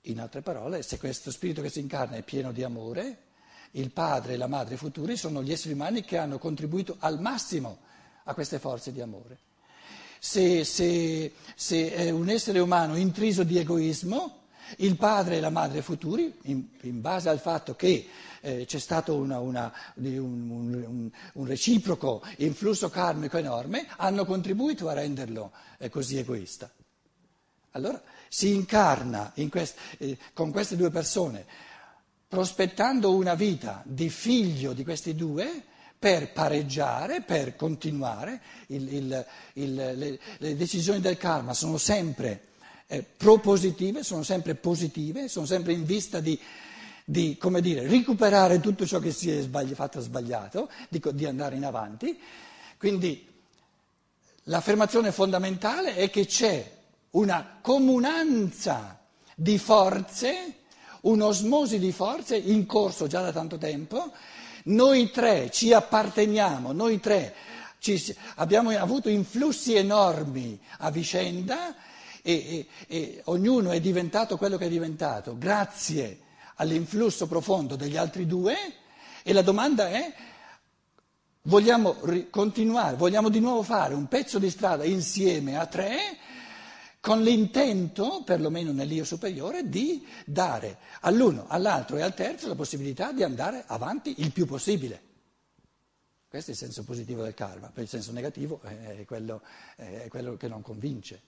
In altre parole, se questo spirito che si incarna è pieno di amore, il padre e la madre futuri sono gli esseri umani che hanno contribuito al massimo a queste forze di amore. Se è un essere umano intriso di egoismo, il padre e la madre futuri, in base al fatto che c'è stato un reciproco influsso karmico enorme, hanno contribuito a renderlo così egoista. Allora si incarna con queste due persone, prospettando una vita di figlio di questi due, per pareggiare, per continuare. Le decisioni del karma sono sempre propositive, sono sempre positive, sono sempre in vista di come dire, recuperare tutto ciò che si è fatto sbagliato, di andare in avanti. Quindi l'affermazione fondamentale è che c'è una comunanza di forze, un'osmosi di forze in corso già da tanto tempo. Noi tre ci apparteniamo, noi tre abbiamo avuto influssi enormi a vicenda e ognuno è diventato quello che è diventato grazie all'influsso profondo degli altri due, e la domanda è: vogliamo continuare, vogliamo di nuovo fare un pezzo di strada insieme a tre, con l'intento, perlomeno nell'io superiore, di dare all'uno, all'altro e al terzo la possibilità di andare avanti il più possibile. Questo è il senso positivo del karma, per il senso negativo è quello che non convince.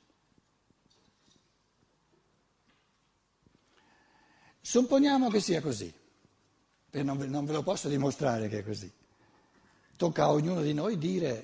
Supponiamo che sia così, e non ve lo posso dimostrare che è così. Tocca a ognuno di noi dire: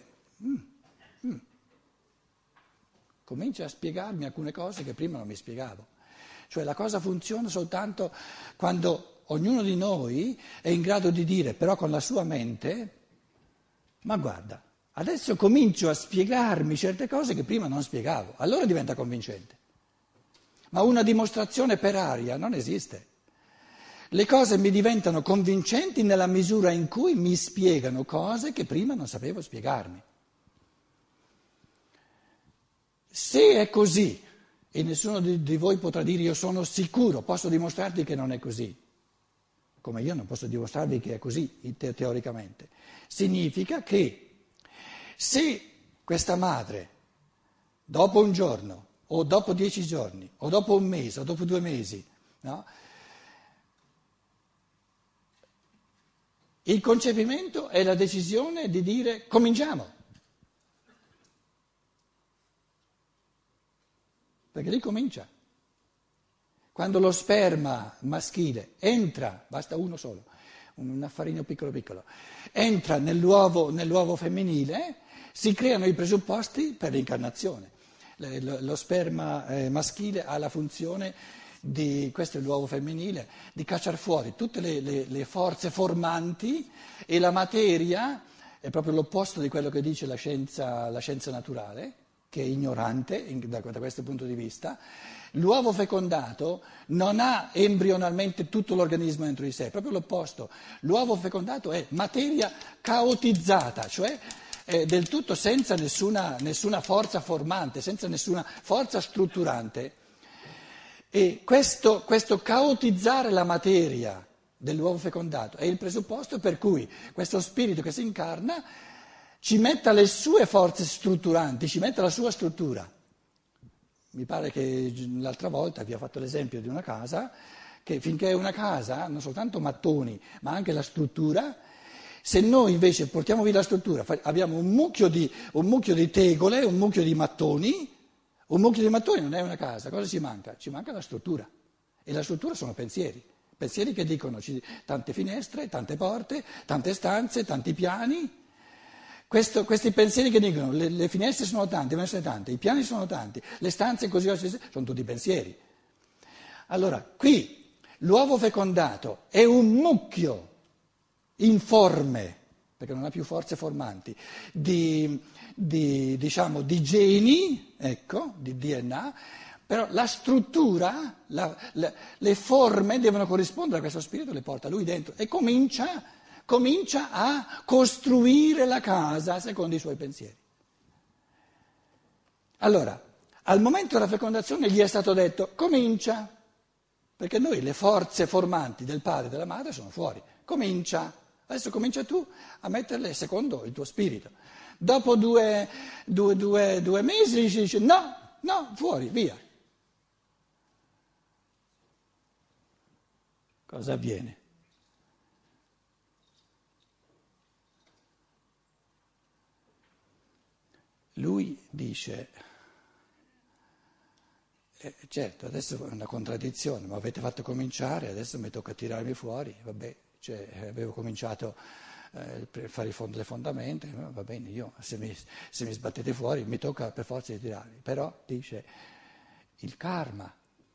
comincia a spiegarmi alcune cose che prima non mi spiegavo. Cioè la cosa funziona soltanto quando ognuno di noi è in grado di dire, però con la sua mente: ma guarda, adesso comincio a spiegarmi certe cose che prima non spiegavo, allora diventa convincente. Ma una dimostrazione per aria non esiste. Le cose mi diventano convincenti nella misura in cui mi spiegano cose che prima non sapevo spiegarmi. Se è così, e nessuno di voi potrà dire io sono sicuro, posso dimostrarvi che non è così, come io non posso dimostrarvi che è così teoricamente, significa che se questa madre, dopo un giorno, o dopo 10 giorni, o dopo un mese, o dopo 2 mesi, no? Il concepimento è la decisione di dire cominciamo. Perché lì comincia. Quando lo sperma maschile entra, basta uno solo, un affarino piccolo piccolo, entra nell'uovo femminile, si creano i presupposti per l'incarnazione. Lo sperma maschile ha la funzione questo è l'uovo femminile, di cacciare fuori tutte le forze formanti, e la materia è proprio l'opposto di quello che dice la scienza naturale, che è ignorante da questo punto di vista. L'uovo fecondato non ha embrionalmente tutto l'organismo dentro di sé, è proprio l'opposto. L'uovo fecondato è materia caotizzata, cioè del tutto senza nessuna forza formante, senza nessuna forza strutturante. E questo caotizzare la materia dell'uovo fecondato è il presupposto per cui questo spirito che si incarna ci metta le sue forze strutturanti, ci metta la sua struttura. Mi pare che l'altra volta vi ho fatto l'esempio di una casa, che finché è una casa, non soltanto mattoni, ma anche la struttura. Se noi invece portiamo via la struttura, abbiamo un mucchio di tegole, un mucchio di mattoni. Un mucchio di mattoni non è una casa, cosa ci manca? Ci manca la struttura, e la struttura sono pensieri che dicono tante finestre, tante porte, tante stanze, tanti piani. Questi pensieri che dicono le finestre sono tante, i piani sono tanti, le stanze così sono tutti pensieri. Allora, qui l'uovo fecondato è un mucchio informe, perché non ha più forze formanti, di geni, ecco, di DNA, però la struttura, le forme devono corrispondere a questo spirito, le porta lui dentro e comincia a costruire la casa secondo i suoi pensieri. Allora, al momento della fecondazione gli è stato detto comincia, Perché noi le forze formanti del padre e della madre sono fuori. Adesso comincia tu a metterle secondo il tuo spirito. Dopo due mesi dici no, fuori, via. Cosa avviene? Lui dice, certo, adesso è una contraddizione, mi avete fatto cominciare, adesso mi tocca tirarmi fuori, vabbè, avevo cominciato per fare le fondamenta, va bene, se mi sbattete fuori mi tocca per forza di tirarvi, però dice il karma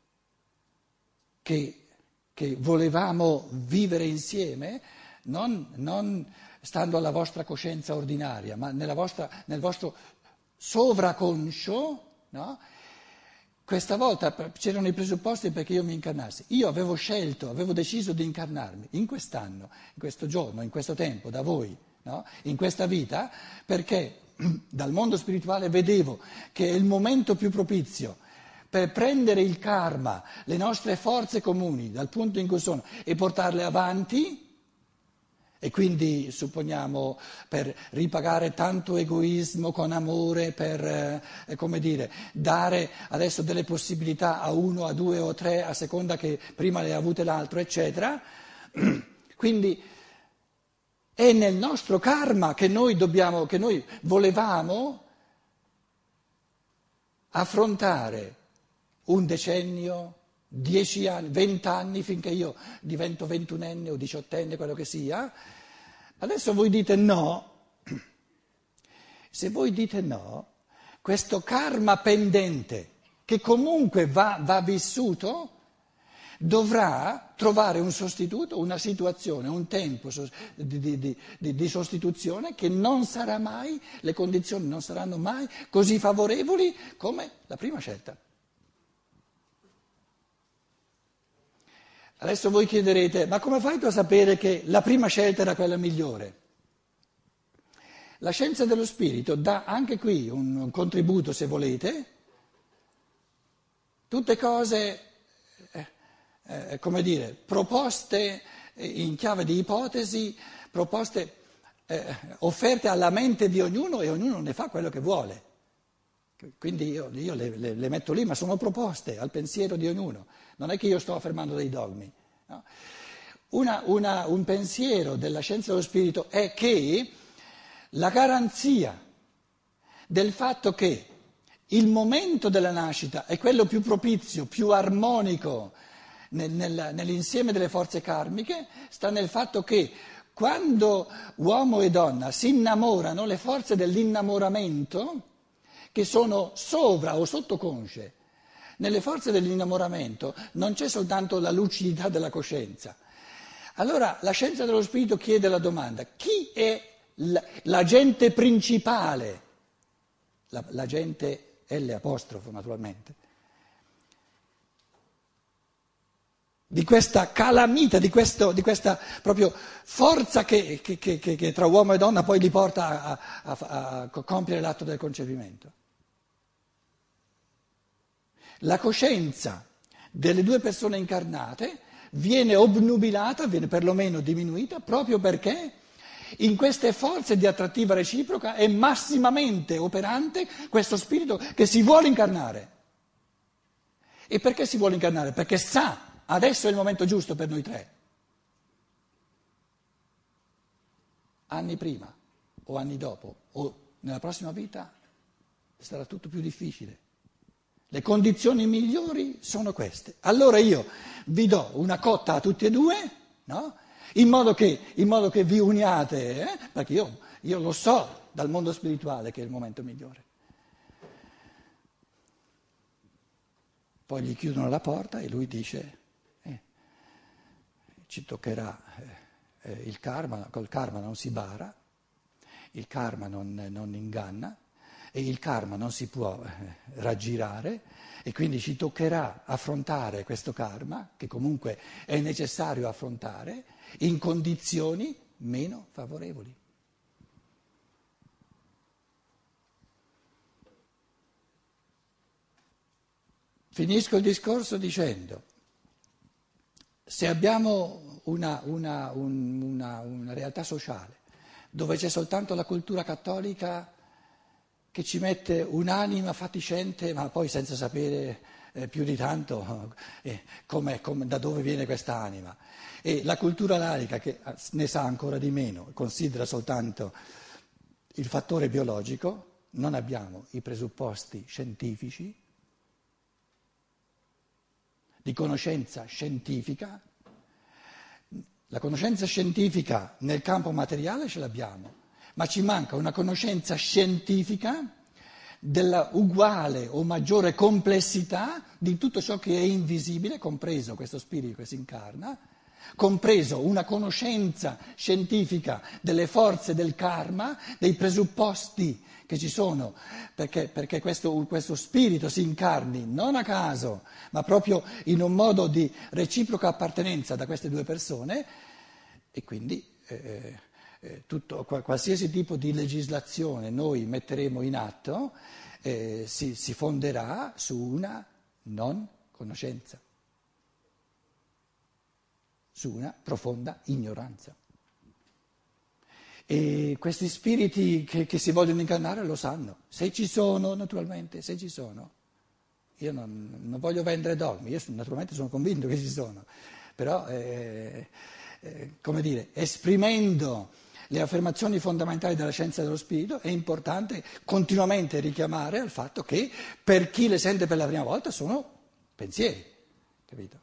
che volevamo vivere insieme, non stando alla vostra coscienza ordinaria, ma nel vostro sovraconscio, no? Questa volta c'erano i presupposti perché io mi incarnassi. Io avevo deciso di incarnarmi in quest'anno, in questo giorno, in questo tempo, da voi, no? In questa vita, perché dal mondo spirituale vedevo che è il momento più propizio per prendere il karma, le nostre forze comuni, dal punto in cui sono, e portarle avanti. E quindi supponiamo per ripagare tanto egoismo con amore, per dare adesso delle possibilità a uno, a due o a tre, a seconda che prima le ha avute l'altro, eccetera. Quindi è nel nostro karma che noi volevamo affrontare un decennio, 10 anni, 20 anni, finché io divento 21enne o 18enne, quello che sia. Adesso voi dite no. Se voi dite no, questo karma pendente, che comunque va vissuto, dovrà trovare un sostituto, una situazione, un tempo di sostituzione che non sarà mai, le condizioni non saranno mai così favorevoli come la prima scelta. Adesso voi chiederete, ma come fai tu a sapere che la prima scelta era quella migliore? La scienza dello spirito dà anche qui un contributo, se volete, tutte cose, proposte in chiave di ipotesi, proposte offerte alla mente di ognuno e ognuno ne fa quello che vuole. Quindi io le metto lì, ma sono proposte al pensiero di ognuno. Non è che io sto affermando dei dogmi. No? Un pensiero della scienza dello spirito è che la garanzia del fatto che il momento della nascita è quello più propizio, più armonico nell'insieme delle forze karmiche, sta nel fatto che quando uomo e donna si innamorano, le forze dell'innamoramento, che sono sovra o sottoconsce, nelle forze dell'innamoramento non c'è soltanto la lucidità della coscienza. Allora la scienza dello spirito chiede la domanda: chi è l'agente principale? L'agente L apostrofo naturalmente. Di questa calamita, di questa proprio forza che tra uomo e donna poi li porta a compiere l'atto del concepimento. La coscienza delle due persone incarnate viene obnubilata, viene perlomeno diminuita, proprio perché in queste forze di attrattiva reciproca è massimamente operante questo spirito che si vuole incarnare. E perché si vuole incarnare? Perché sa, adesso è il momento giusto per noi tre. Anni prima o anni dopo o nella prossima vita sarà tutto più difficile. Le condizioni migliori sono queste. Allora io vi do una cotta a tutti e due, no? In modo che vi uniate, perché io lo so dal mondo spirituale che è il momento migliore. Poi gli chiudono la porta e lui dice, ci toccherà il karma, col karma non si bara, il karma non inganna, e il karma non si può raggirare, e quindi ci toccherà affrontare questo karma, che comunque è necessario affrontare, in condizioni meno favorevoli. Finisco il discorso dicendo se abbiamo una realtà sociale dove c'è soltanto la cultura cattolica che ci mette un'anima fatiscente, ma poi senza sapere più di tanto da dove viene questa anima, e la cultura laica che ne sa ancora di meno, considera soltanto il fattore biologico, non abbiamo i presupposti scientifici, di conoscenza scientifica. La conoscenza scientifica nel campo materiale ce l'abbiamo, ma ci manca una conoscenza scientifica della uguale o maggiore complessità di tutto ciò che è invisibile, compreso questo spirito che si incarna, compreso una conoscenza scientifica delle forze del karma, dei presupposti che ci sono perché questo spirito si incarni non a caso, ma proprio in un modo di reciproca appartenenza da queste due persone, e quindi qualsiasi tipo di legislazione noi metteremo in atto si fonderà su una non conoscenza, su una profonda ignoranza. E questi spiriti che si vogliono incarnare lo sanno, se ci sono, naturalmente, se ci sono. Io non voglio vendere dogmi, io naturalmente sono convinto che ci sono, però, come dire, esprimendo le affermazioni fondamentali della scienza dello spirito è importante continuamente richiamare al fatto che per chi le sente per la prima volta sono pensieri, capito?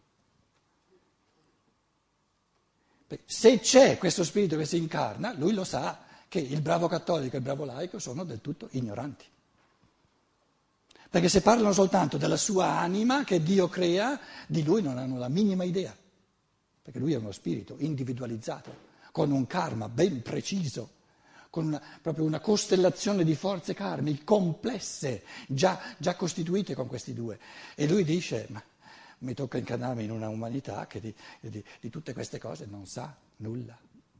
Se c'è questo spirito che si incarna, lui lo sa che il bravo cattolico e il bravo laico sono del tutto ignoranti. Perché se parlano soltanto della sua anima che Dio crea, di lui non hanno la minima idea. Perché lui è uno spirito individualizzato, con un karma ben preciso, con proprio una costellazione di forze karmiche complesse, già costituite con questi due. E lui dice, ma mi tocca incarnarmi in una umanità che di tutte queste cose non sa nulla.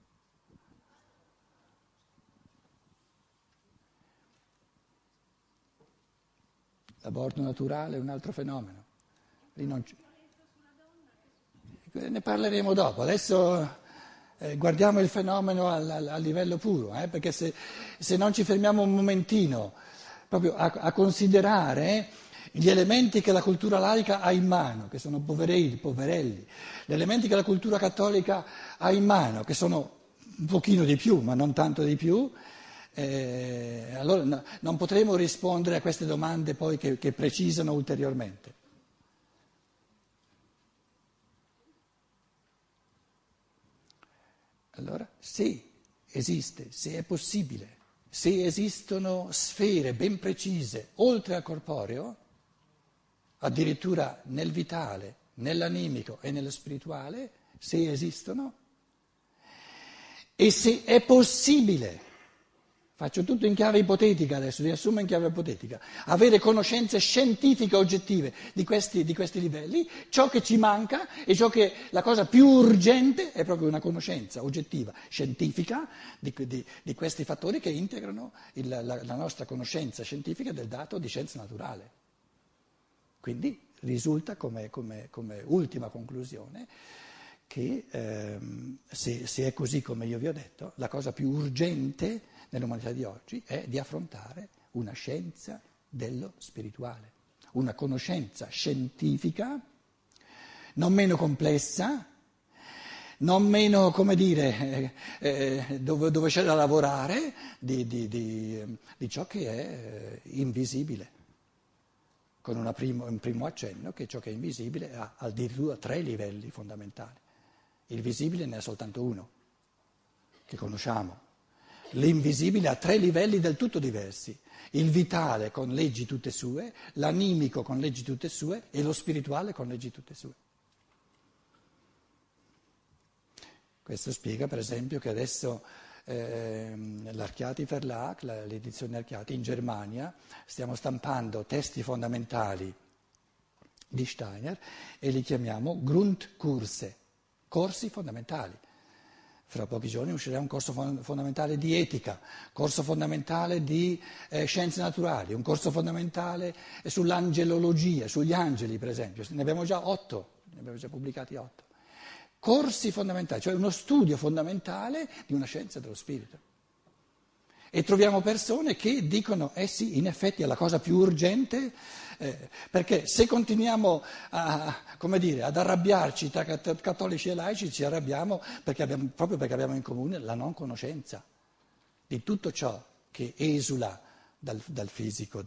L'aborto naturale è un altro fenomeno. Lì ne parleremo dopo. Adesso guardiamo il fenomeno a livello puro, perché se non ci fermiamo un momentino proprio a considerare gli elementi che la cultura laica ha in mano, che sono poverelli, gli elementi che la cultura cattolica ha in mano, che sono un pochino di più, ma non tanto di più, allora non potremo rispondere a queste domande poi che precisano ulteriormente. Allora, se esiste, se è possibile, se esistono sfere ben precise oltre al corporeo, addirittura nel vitale, nell'animico e nello spirituale, se esistono, e se è possibile, faccio tutto in chiave ipotetica adesso, riassumo in chiave ipotetica, avere conoscenze scientifiche oggettive di questi livelli, ciò che ci manca e la cosa più urgente è proprio una conoscenza oggettiva, scientifica di questi fattori che integrano la nostra conoscenza scientifica del dato di scienza naturale. Quindi risulta come ultima conclusione che se è così come io vi ho detto, la cosa più urgente nell'umanità di oggi è di affrontare una scienza dello spirituale, una conoscenza scientifica non meno complessa, non meno, come dire, dove c'è da lavorare di ciò che è invisibile. Con un primo accenno che ciò che è invisibile ha addirittura 3 livelli fondamentali. Il visibile ne ha soltanto uno, che conosciamo. L'invisibile ha 3 livelli del tutto diversi. Il vitale con leggi tutte sue, l'animico con leggi tutte sue e lo spirituale con leggi tutte sue. Questo spiega per esempio che adesso l'Archiati Verlag, l'edizione Archiati in Germania, stiamo stampando testi fondamentali di Steiner e li chiamiamo Grundkurse, corsi fondamentali. Fra pochi giorni uscirà un corso fondamentale di etica, corso fondamentale di scienze naturali, un corso fondamentale sull'angelologia, sugli angeli per esempio. Ne abbiamo già 8, ne abbiamo già pubblicati 8. corsi fondamentali, cioè uno studio fondamentale di una scienza dello spirito. E troviamo persone che dicono, sì, in effetti è la cosa più urgente, perché se continuiamo ad arrabbiarci tra cattolici e laici, ci arrabbiamo proprio perché abbiamo in comune la non conoscenza di tutto ciò che esula dal fisico.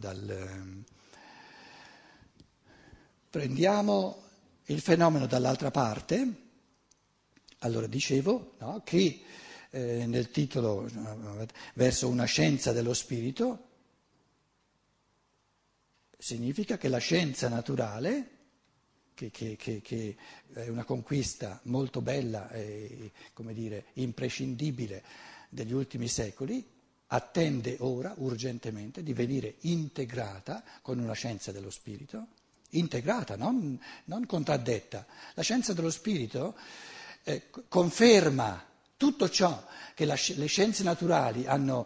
Prendiamo il fenomeno dall'altra parte. Allora dicevo, no, che nel titolo verso una scienza dello spirito significa che la scienza naturale, che è una conquista molto bella e, come dire, imprescindibile degli ultimi secoli, attende ora urgentemente di venire integrata con una scienza dello spirito, integrata, non contraddetta. La scienza dello spirito conferma tutto ciò che le scienze naturali hanno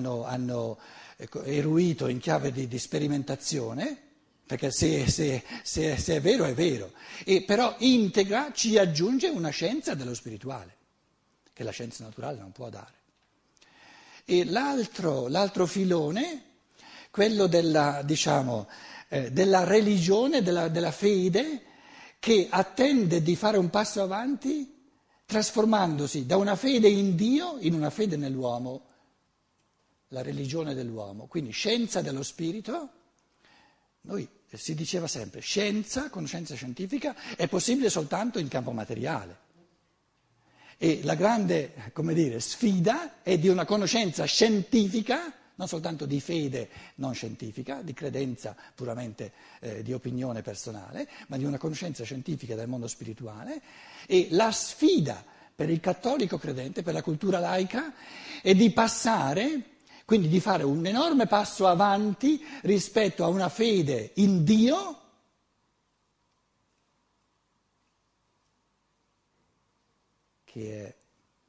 eruito in chiave di sperimentazione, perché se è vero è vero, e però integra, ci aggiunge una scienza dello spirituale, che la scienza naturale non può dare. E l'altro filone, quello della religione, della fede, che attende di fare un passo avanti trasformandosi da una fede in Dio in una fede nell'uomo, la religione dell'uomo. Quindi scienza dello spirito, si diceva sempre, conoscenza scientifica, è possibile soltanto in campo materiale. E la grande, sfida è di una conoscenza scientifica, non soltanto di fede non scientifica, di credenza puramente di opinione personale, ma di una conoscenza scientifica del mondo spirituale. E la sfida per il cattolico credente, per la cultura laica, è di passare, quindi di fare un enorme passo avanti rispetto a una fede in Dio, che è,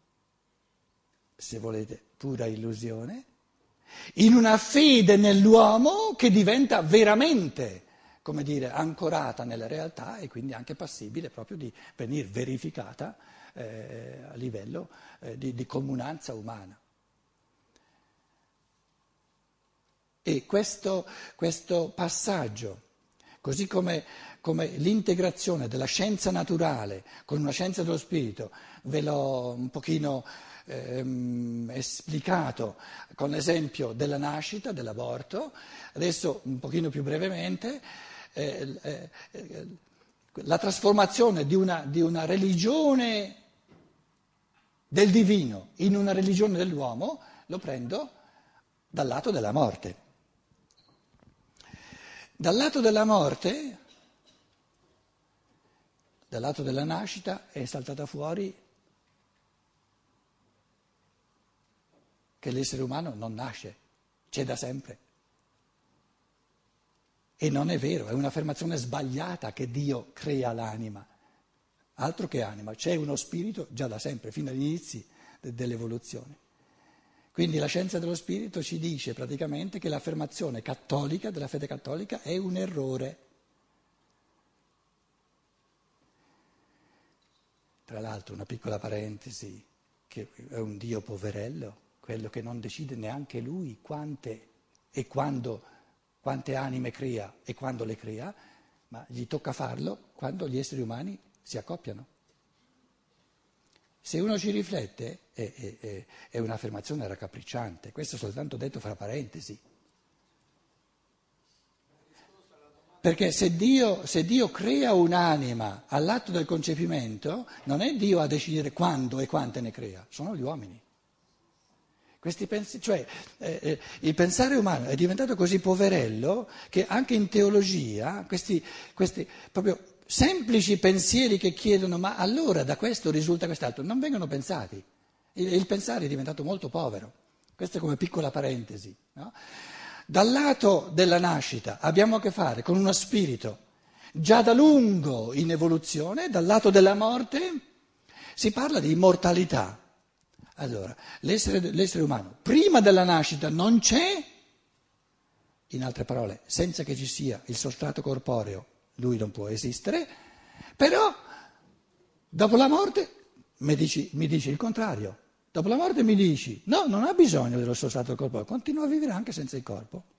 se volete, pura illusione, in una fede nell'uomo che diventa veramente, ancorata nella realtà e quindi anche passibile proprio di venire verificata a livello di comunanza umana. E questo passaggio, così come l'integrazione della scienza naturale con una scienza dello spirito, ve l'ho un pochino esplicato con l'esempio della nascita, dell'aborto, adesso un pochino più brevemente, la trasformazione di una religione del divino in una religione dell'uomo, lo prendo dal lato della morte. Dal lato della morte, dal lato della nascita, è saltata fuori che l'essere umano non nasce, c'è da sempre. E non è vero, è un'affermazione sbagliata che Dio crea l'anima. Altro che anima, c'è uno spirito già da sempre, fino agli inizi dell'evoluzione. Quindi la scienza dello spirito ci dice praticamente che l'affermazione cattolica, della fede cattolica, è un errore. Tra l'altro, una piccola parentesi, che è un Dio poverello, quello che non decide neanche lui quante e quando, quante anime crea e quando le crea, ma gli tocca farlo quando gli esseri umani si accoppiano. Se uno ci riflette è un'affermazione raccapricciante, questo soltanto detto fra parentesi. Perché se Dio crea un'anima all'atto del concepimento, non è Dio a decidere quando e quante ne crea, sono gli uomini. Il pensare umano è diventato così poverello che anche in teologia questi proprio semplici pensieri che chiedono ma allora da questo risulta quest'altro non vengono pensati. Il pensare è diventato molto povero. Questa è come piccola parentesi, no? Dal lato della nascita abbiamo a che fare con uno spirito già da lungo in evoluzione, dal lato della morte si parla di immortalità. Allora, l'essere umano prima della nascita non c'è, in altre parole, senza che ci sia il sostrato corporeo, lui non può esistere, però Dopo la morte mi dici il contrario. Dopo la morte mi dici, no, non ha bisogno dello suo stato corporeo, continua a vivere anche senza il corpo.